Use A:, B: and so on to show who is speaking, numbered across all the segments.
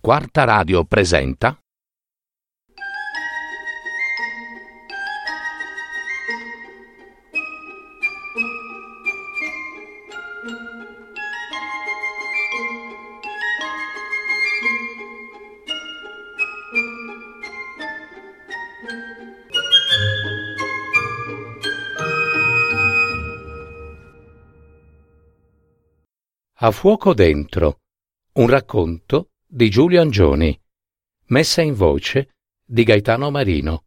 A: Quarta Radio presenta A fuoco dentro, un racconto di Giulio Angioni, messa in voce di Gaetano Marino.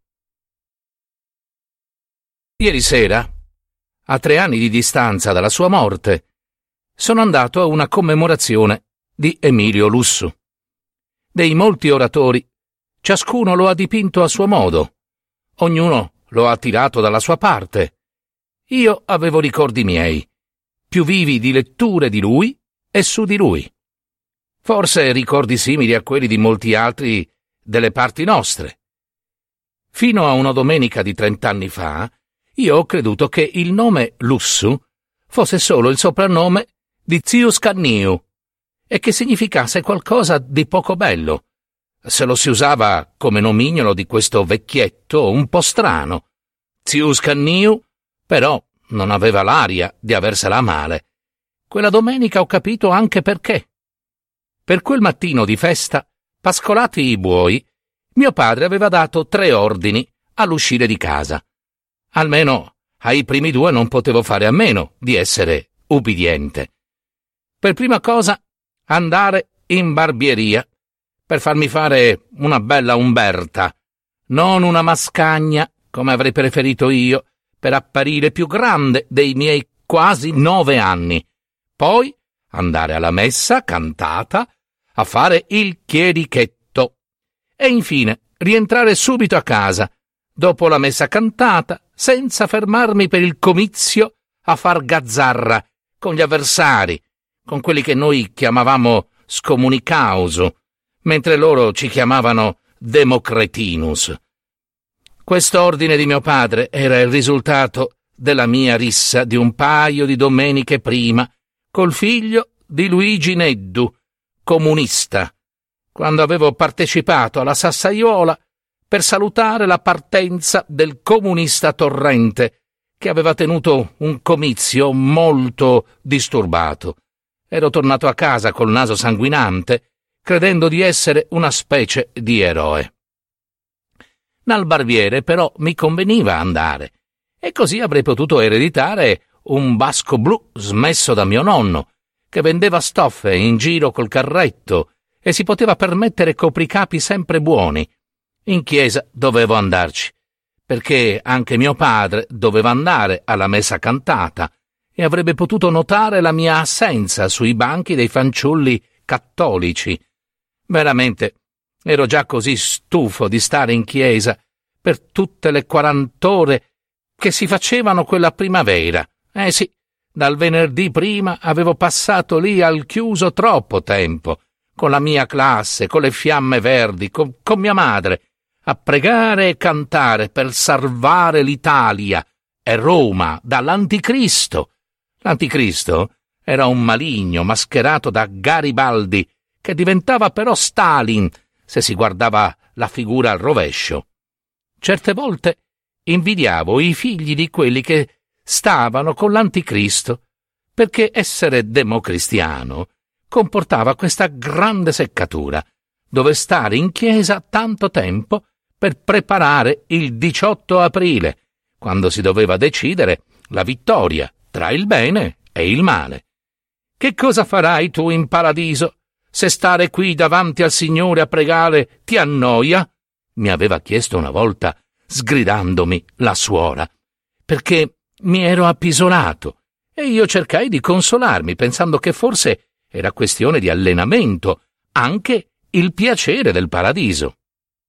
A: Ieri sera, a 3 anni di distanza dalla sua morte, sono andato a una commemorazione di Emilio Lussu. Dei molti oratori, ciascuno lo ha dipinto a suo modo, ognuno lo ha tirato dalla sua parte. Io avevo ricordi miei, più vivi di letture di lui e su di lui. Forse ricordi simili a quelli di molti altri delle parti nostre. Fino a una domenica di 30 anni fa, io ho creduto che il nome Lussu fosse solo il soprannome di zio Scanniu e che significasse qualcosa di poco bello, se lo si usava come nomignolo di questo vecchietto un po' strano. Zio Scanniu, però, non aveva l'aria di aversela a male. Quella domenica ho capito anche perché. Per quel mattino di festa, pascolati i buoi, mio padre aveva dato 3 ordini all'uscire di casa. Almeno ai primi 2 non potevo fare a meno di essere ubbidiente. Per prima cosa, andare in barbieria per farmi fare una bella Umberta, non una mascagna come avrei preferito io, per apparire più grande dei miei quasi 9 anni. Poi andare alla messa cantata a fare il chierichetto e infine rientrare subito a casa dopo la messa cantata senza fermarmi per il comizio a far gazzarra con gli avversari, con quelli che noi chiamavamo scomunicausu, mentre loro ci chiamavano democretinus. Quest'ordine di mio padre era il risultato della mia rissa di un paio di domeniche prima col figlio di Luigi Neddu, comunista, quando avevo partecipato alla Sassaiola per salutare la partenza del comunista Torrente, che aveva tenuto un comizio molto disturbato. Ero tornato a casa col naso sanguinante, credendo di essere una specie di eroe. Dal barbiere però mi conveniva andare, e così avrei potuto ereditare un basco blu smesso da mio nonno, che vendeva stoffe in giro col carretto e si poteva permettere copricapi sempre buoni. In chiesa dovevo andarci, perché anche mio padre doveva andare alla messa cantata e avrebbe potuto notare la mia assenza sui banchi dei fanciulli cattolici. Veramente ero già così stufo di stare in chiesa per tutte le 40 ore che si facevano quella primavera. Sì, dal venerdì prima avevo passato lì al chiuso troppo tempo, con la mia classe, con le fiamme verdi, con mia madre, a pregare e cantare per salvare l'Italia e Roma dall'Anticristo. L'Anticristo era un maligno mascherato da Garibaldi, che diventava però Stalin se si guardava la figura al rovescio. Certe volte invidiavo i figli di quelli che stavano con l'Anticristo, perché essere democristiano comportava questa grande seccatura, dove stare in chiesa tanto tempo per preparare il 18 aprile, quando si doveva decidere la vittoria tra il bene e il male. Che cosa farai tu in paradiso se stare qui davanti al Signore a pregare ti annoia? Mi aveva chiesto una volta, sgridandomi, la suora, perché mi ero appisolato e io cercai di consolarmi pensando che forse era questione di allenamento, anche il piacere del paradiso.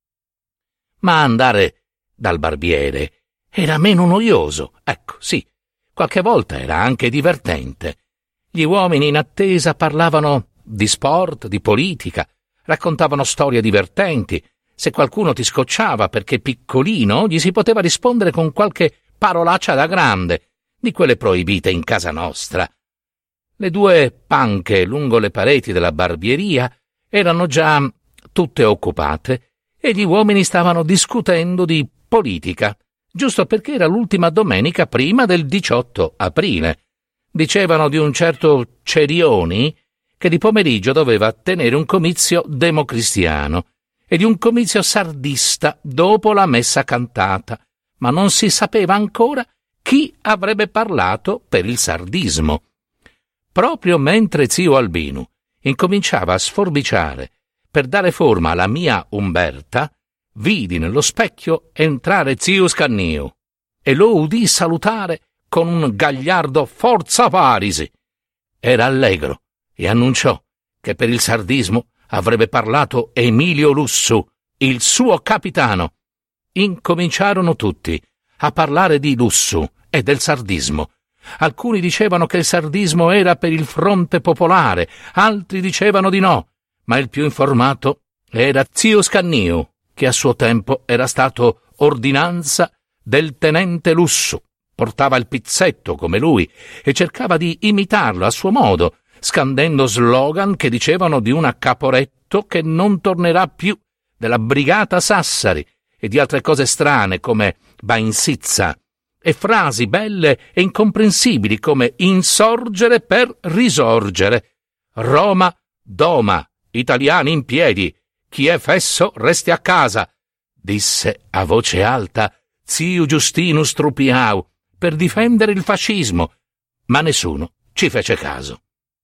A: Ma andare dal barbiere era meno noioso, ecco, sì, qualche volta era anche divertente. Gli uomini in attesa parlavano di sport, di politica, raccontavano storie divertenti. Se qualcuno ti scocciava perché piccolino, gli si poteva rispondere con qualche parolaccia da grande, di quelle proibite in casa nostra. Le 2 panche lungo le pareti della barbieria erano già tutte occupate, e gli uomini stavano discutendo di politica, giusto perché era l'ultima domenica prima del 18 aprile. Dicevano di un certo Cerioni che di pomeriggio doveva tenere un comizio democristiano e di un comizio sardista dopo la messa cantata, ma non si sapeva ancora chi avrebbe parlato per il sardismo. Proprio mentre zio Albino incominciava a sforbiciare per dare forma alla mia Umberta, vidi nello specchio entrare zio Scannio e lo udì salutare con un gagliardo «Forza Parisi!». Era allegro e annunciò che per il sardismo avrebbe parlato Emilio Lussu, il suo capitano. Incominciarono tutti a parlare di Lussu e del sardismo. Alcuni dicevano che il sardismo era per il fronte popolare, altri dicevano di no, ma il più informato era zio Scannio, che a suo tempo era stato ordinanza del tenente Lussu. Portava il pizzetto come lui e cercava di imitarlo a suo modo, scandendo slogan che dicevano di una Caporetto che non tornerà più, della Brigata Sassari e di altre cose strane come Bainsizza, e frasi belle e incomprensibili come insorgere per risorgere, Roma doma, italiani in piedi, chi è fesso resti a casa, disse a voce alta zio Giustino Strupiau per difendere il fascismo, ma nessuno ci fece caso.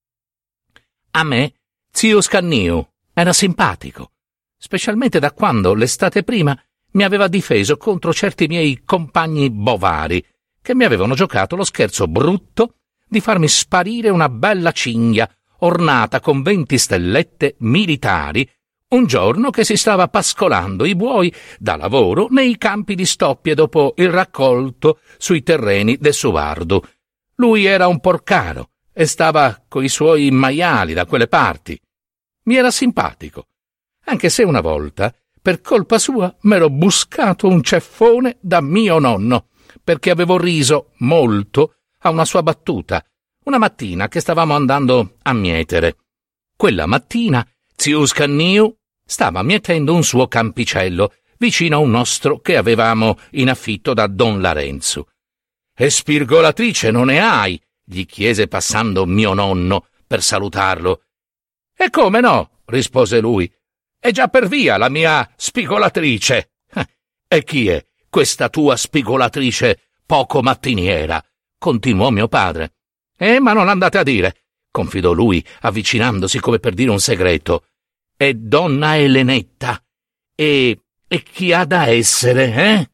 A: A me zio Scannio era simpatico, specialmente da quando l'estate prima mi aveva difeso contro certi miei compagni bovari che mi avevano giocato lo scherzo brutto di farmi sparire una bella cinghia ornata con 20 stellette militari un giorno che si stava pascolando i buoi da lavoro nei campi di stoppie dopo il raccolto sui terreni del Suvardu. Lui era un porcaro e stava coi suoi maiali da quelle parti. Mi era simpatico, anche se una volta, per colpa sua, m'ero buscato un ceffone da mio nonno, perché avevo riso molto a una sua battuta, una mattina che stavamo andando a mietere. Quella mattina zio Scannio stava mietendo un suo campicello vicino a un nostro che avevamo in affitto da don Larenzo. «E spirgolatrice non ne hai?» gli chiese passando mio nonno per salutarlo. «E come no?» rispose lui. «È già per via la mia spigolatrice!» «E chi è questa tua spigolatrice poco mattiniera?» continuò mio padre. Ma non andate a dire», confidò lui, avvicinandosi come per dire un segreto. «È donna Elenetta. E chi ha da essere,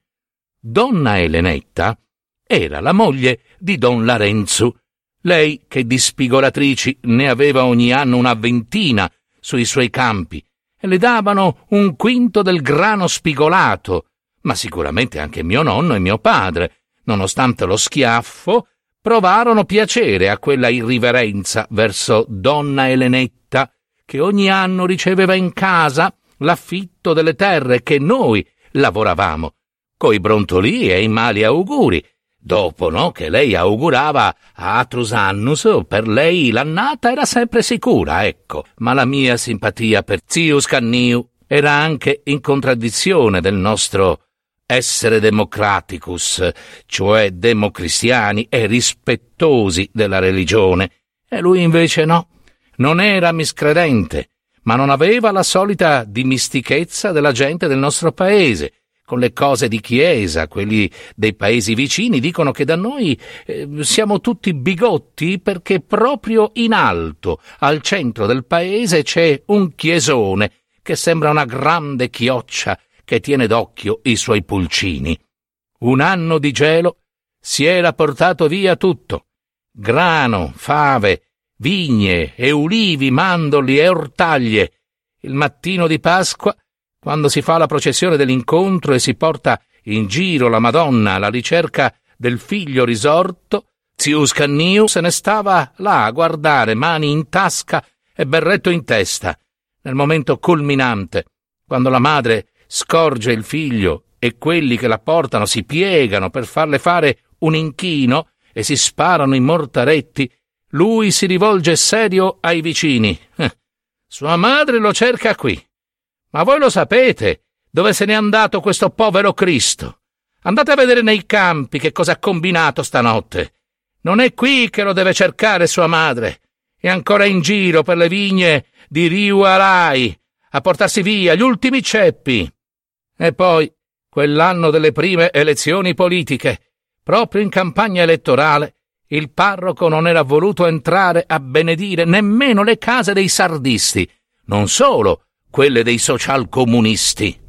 A: Donna Elenetta era la moglie di don Larenzo. Lei, che di spigolatrici ne aveva ogni anno una ventina sui suoi campi, e le davano un quinto del grano spigolato, ma sicuramente anche mio nonno e mio padre, nonostante lo schiaffo, provarono piacere a quella irriverenza verso donna Elenetta, che ogni anno riceveva in casa l'affitto delle terre che noi lavoravamo, coi brontolii e i mali auguri, dopo, no, che lei augurava a Atrus Annus, per lei l'annata era sempre sicura, ecco. Ma la mia simpatia per zio Scannio era anche in contraddizione del nostro essere democraticus, cioè democristiani e rispettosi della religione, e lui invece no, non era miscredente, ma non aveva la solita dimistichezza della gente del nostro paese, con le cose di chiesa. Quelli dei paesi vicini dicono che da noi siamo tutti bigotti perché proprio in alto, al centro del paese, c'è un chiesone che sembra una grande chioccia che tiene d'occhio i suoi pulcini. Un anno di gelo si era portato via tutto: grano, fave, vigne e ulivi, mandorli e ortaglie. Il mattino di Pasqua, quando si fa la processione dell'incontro e si porta in giro la Madonna alla ricerca del figlio risorto, zio Scannio se ne stava là a guardare, mani in tasca e berretto in testa, nel momento culminante, quando la madre scorge il figlio e quelli che la portano si piegano per farle fare un inchino e si sparano i mortaretti. Lui si rivolge serio ai vicini. Sua madre lo cerca qui. Ma voi lo sapete dove se n'è andato questo povero Cristo? Andate a vedere nei campi che cosa ha combinato stanotte. Non è qui che lo deve cercare sua madre. È ancora in giro per le vigne di Riuarai a portarsi via gli ultimi ceppi. E poi, quell'anno delle prime elezioni politiche, proprio in campagna elettorale, il parroco non era voluto entrare a benedire nemmeno le case dei sardisti, non solo quelle dei socialcomunisti.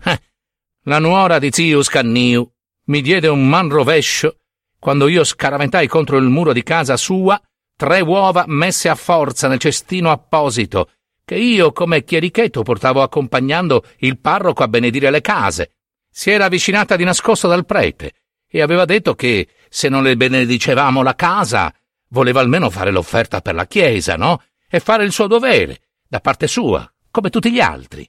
A: La nuora di zio Scanniu mi diede un manrovescio quando io scaraventai contro il muro di casa sua 3 uova messe a forza nel cestino apposito che io come chierichetto portavo accompagnando il parroco a benedire le case. Si era avvicinata di nascosto dal prete e aveva detto che se non le benedicevamo la casa voleva almeno fare l'offerta per la chiesa, no? E fare il suo dovere, da parte sua, come tutti gli altri.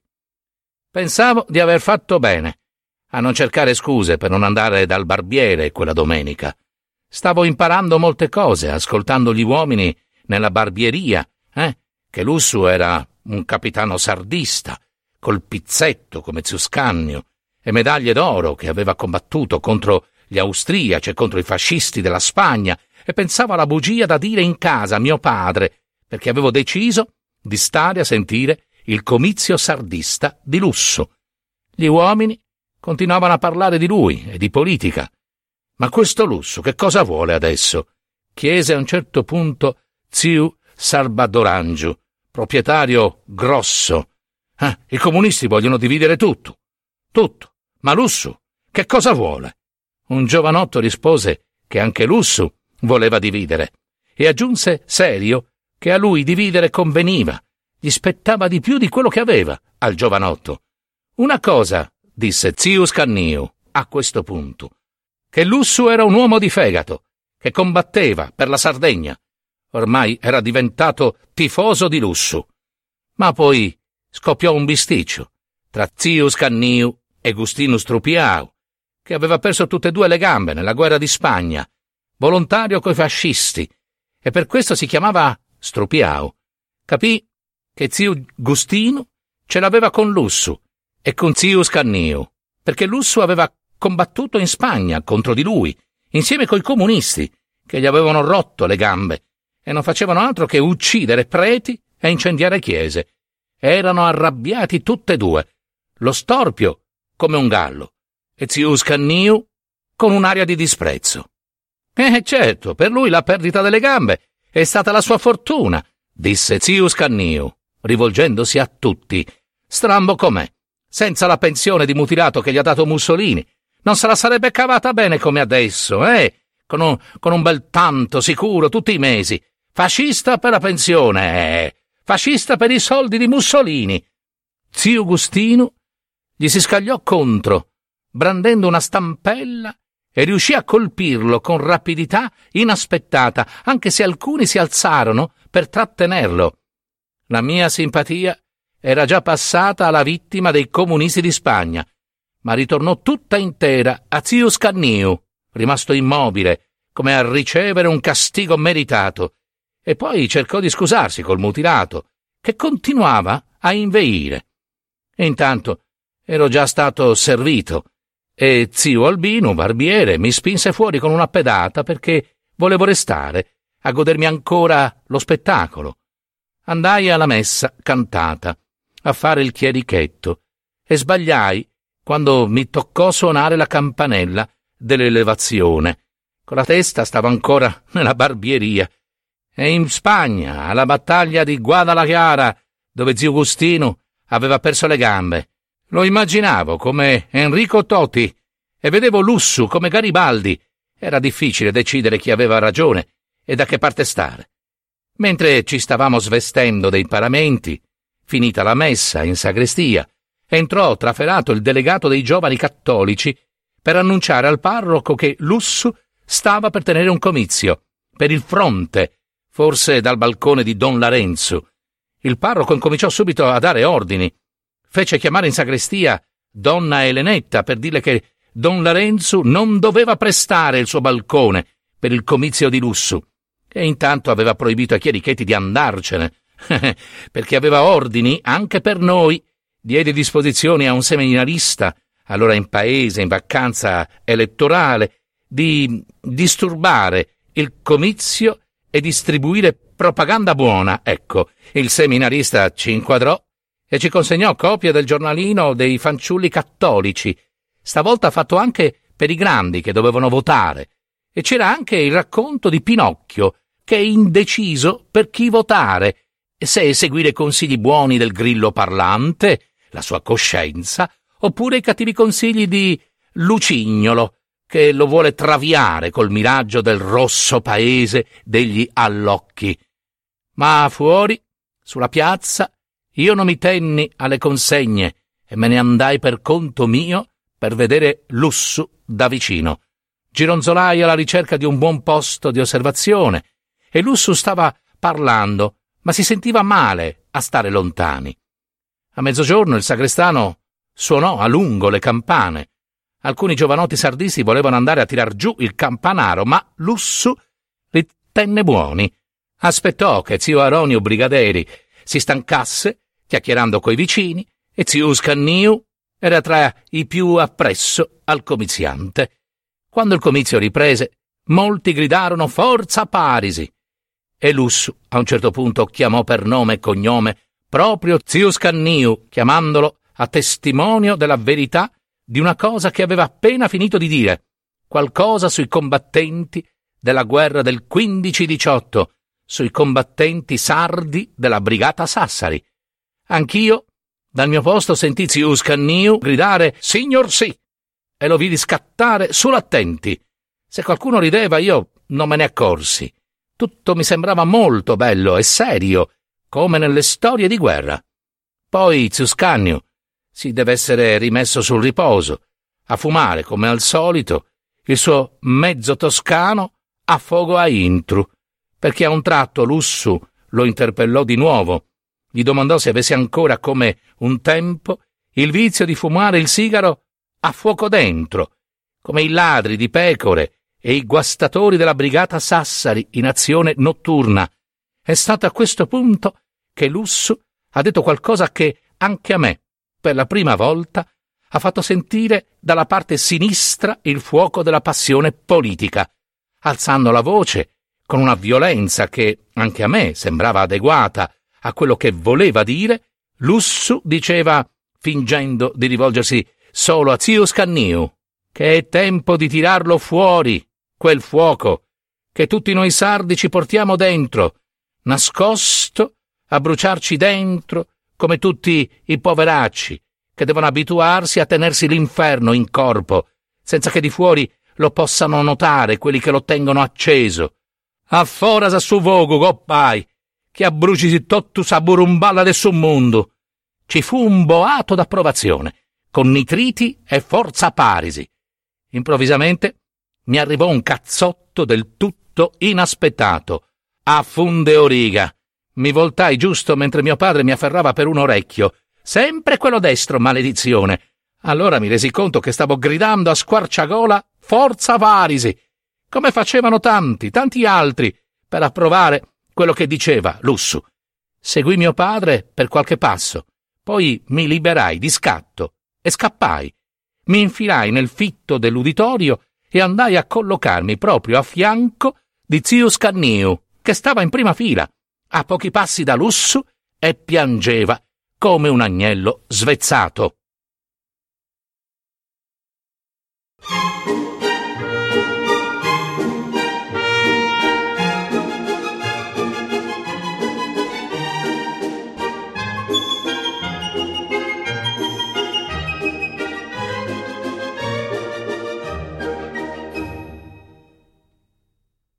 A: Pensavo di aver fatto bene a non cercare scuse per non andare dal barbiere quella domenica. Stavo imparando molte cose, ascoltando gli uomini nella barbieria, che Lussu era un capitano sardista, col pizzetto come zio Scannio, e medaglie d'oro che aveva combattuto contro gli austriaci e contro i fascisti della Spagna, e pensavo alla bugia da dire in casa a mio padre, perché avevo deciso di stare a sentire il comizio sardista di Lussu. Gli uomini continuavano a parlare di lui e di politica. Ma questo Lussu che cosa vuole adesso? Chiese a un certo punto zio Sarbadorangiu, proprietario grosso. I comunisti vogliono dividere tutto. Tutto. Ma Lussu che cosa vuole? Un giovanotto rispose che anche Lussu voleva dividere e aggiunse serio che a lui dividere conveniva. Gli spettava di più di quello che aveva al giovanotto. Una cosa, disse zio Scanniu a questo punto, che Lussu era un uomo di fegato, che combatteva per la Sardegna. Ormai era diventato tifoso di Lussu. Ma poi scoppiò un bisticcio tra zio Scanniu e Gustinu Strupiau, che aveva perso tutte e 2 le gambe nella guerra di Spagna, volontario coi fascisti, e per questo si chiamava Strupiau. Capì che zio Gustinu ce l'aveva con Lussu e con zio Scanniu, perché Lussu aveva combattuto in Spagna contro di lui, insieme coi comunisti, che gli avevano rotto le gambe e non facevano altro che uccidere preti e incendiare chiese. Erano arrabbiati tutte e 2, lo storpio come un gallo e zio Scanniu con un'aria di disprezzo. Certo, per lui la perdita delle gambe è stata la sua fortuna, disse zio Scanniu, rivolgendosi a tutti. Strambo com'è, senza la pensione di mutilato che gli ha dato Mussolini, non se la sarebbe cavata bene come adesso, con un bel tanto sicuro tutti i mesi. Fascista per la pensione, fascista per i soldi di Mussolini. Zio Gustinu gli si scagliò contro, brandendo una stampella, e riuscì a colpirlo con rapidità inaspettata, anche se alcuni si alzarono per trattenerlo. La mia simpatia era già passata alla vittima dei comunisti di Spagna, ma ritornò tutta intera a zio Scanniu, rimasto immobile, come a ricevere un castigo meritato, e poi cercò di scusarsi col mutilato, che continuava a inveire. E intanto ero già stato servito, e zio Albino, barbiere, mi spinse fuori con una pedata perché volevo restare a godermi ancora lo spettacolo. Andai alla messa cantata, a fare il chierichetto, e sbagliai quando mi toccò suonare la campanella dell'elevazione. Con la testa stavo ancora nella barbieria, e in Spagna, alla battaglia di Guadalajara, dove zio Gustinu aveva perso le gambe. Lo immaginavo come Enrico Totti e vedevo Lussu come Garibaldi. Era difficile decidere chi aveva ragione e da che parte stare. Mentre ci stavamo svestendo dei paramenti, finita la messa in sagrestia, entrò trafelato il delegato dei giovani cattolici per annunciare al parroco che Lussu stava per tenere un comizio per il fronte, forse dal balcone di Don Larenzo. Il parroco incominciò subito a dare ordini. Fece chiamare in sagrestia donna Elenetta per dirle che Don Larenzo non doveva prestare il suo balcone per il comizio di Lussu, e intanto aveva proibito ai chierichetti di andarcene, perché aveva ordini anche per noi diedi disposizioni a un seminarista, allora in paese, in vacanza elettorale, di disturbare il comizio e distribuire propaganda buona. Ecco, il seminarista ci inquadrò e ci consegnò copia del giornalino dei fanciulli cattolici, stavolta fatto anche per i grandi che dovevano votare, e c'era anche il racconto di Pinocchio, che è indeciso per chi votare, se seguire consigli buoni del grillo parlante, la sua coscienza, oppure i cattivi consigli di Lucignolo, che lo vuole traviare col miraggio del rosso paese degli allocchi. Ma fuori, sulla piazza, io non mi tenni alle consegne e me ne andai per conto mio per vedere Lussu da vicino. Gironzolai alla ricerca di un buon posto di osservazione e Lussu stava parlando, ma si sentiva male a stare lontani. A mezzogiorno il sagrestano suonò a lungo le campane. Alcuni giovanotti sardisti volevano andare a tirar giù il campanaro, ma Lussu li tenne buoni. Aspettò che zio Aronio Brigaderi si stancasse, chiacchierando coi vicini, e zio Scanniu era tra i più appresso al comiziante. Quando il comizio riprese, molti gridarono «Forza Parisi!» e Lussu a un certo punto chiamò per nome e cognome proprio zio Scanniu, chiamandolo a testimonio della verità di una cosa che aveva appena finito di dire, qualcosa sui combattenti della guerra del 15-18, sui combattenti sardi della brigata Sassari. Anch'io, dal mio posto, sentì zio Scanniu gridare «Signor sì!» e lo vidi scattare sull'attenti. Se qualcuno rideva io non me ne accorsi. Tutto mi sembrava molto bello e serio, come nelle storie di guerra. Poi zio Scanniu si deve essere rimesso sul riposo, a fumare come al solito il suo mezzo toscano a fogo a intru, perché a un tratto Lussu lo interpellò di nuovo. Gli domandò se avesse ancora, come un tempo, il vizio di fumare il sigaro a fuoco dentro, come i ladri di pecore e i guastatori della brigata Sassari in azione notturna. È stato a questo punto che Lussu ha detto qualcosa che anche a me, per la prima volta, ha fatto sentire dalla parte sinistra il fuoco della passione politica, alzando la voce con una violenza che anche a me sembrava adeguata a quello che voleva dire. Lussu diceva, fingendo di rivolgersi solo a zio Scanniu, che è tempo di tirarlo fuori, quel fuoco, che tutti noi sardi ci portiamo dentro, nascosto a bruciarci dentro, come tutti i poveracci, che devono abituarsi a tenersi l'inferno in corpo, senza che di fuori lo possano notare quelli che lo tengono acceso. A foras a su vogu, goppai, che abbrucisi tottu sa burumballa del suo mondo. Ci fu un boato d'approvazione, con nitriti e forza Parisi. Improvvisamente mi arrivò un cazzotto del tutto inaspettato. A funde origa. Mi voltai giusto mentre mio padre mi afferrava per un orecchio. Sempre quello destro, maledizione. Allora mi resi conto che stavo gridando a squarciagola «Forza Parisi!», come facevano tanti altri, per approvare quello che diceva Lussu. Seguì mio padre per qualche passo, poi mi liberai di scatto e scappai. Mi infilai nel fitto dell'uditorio e andai a collocarmi proprio a fianco di zio Scanniu, che stava in prima fila, a pochi passi da Lussu, e piangeva come un agnello svezzato.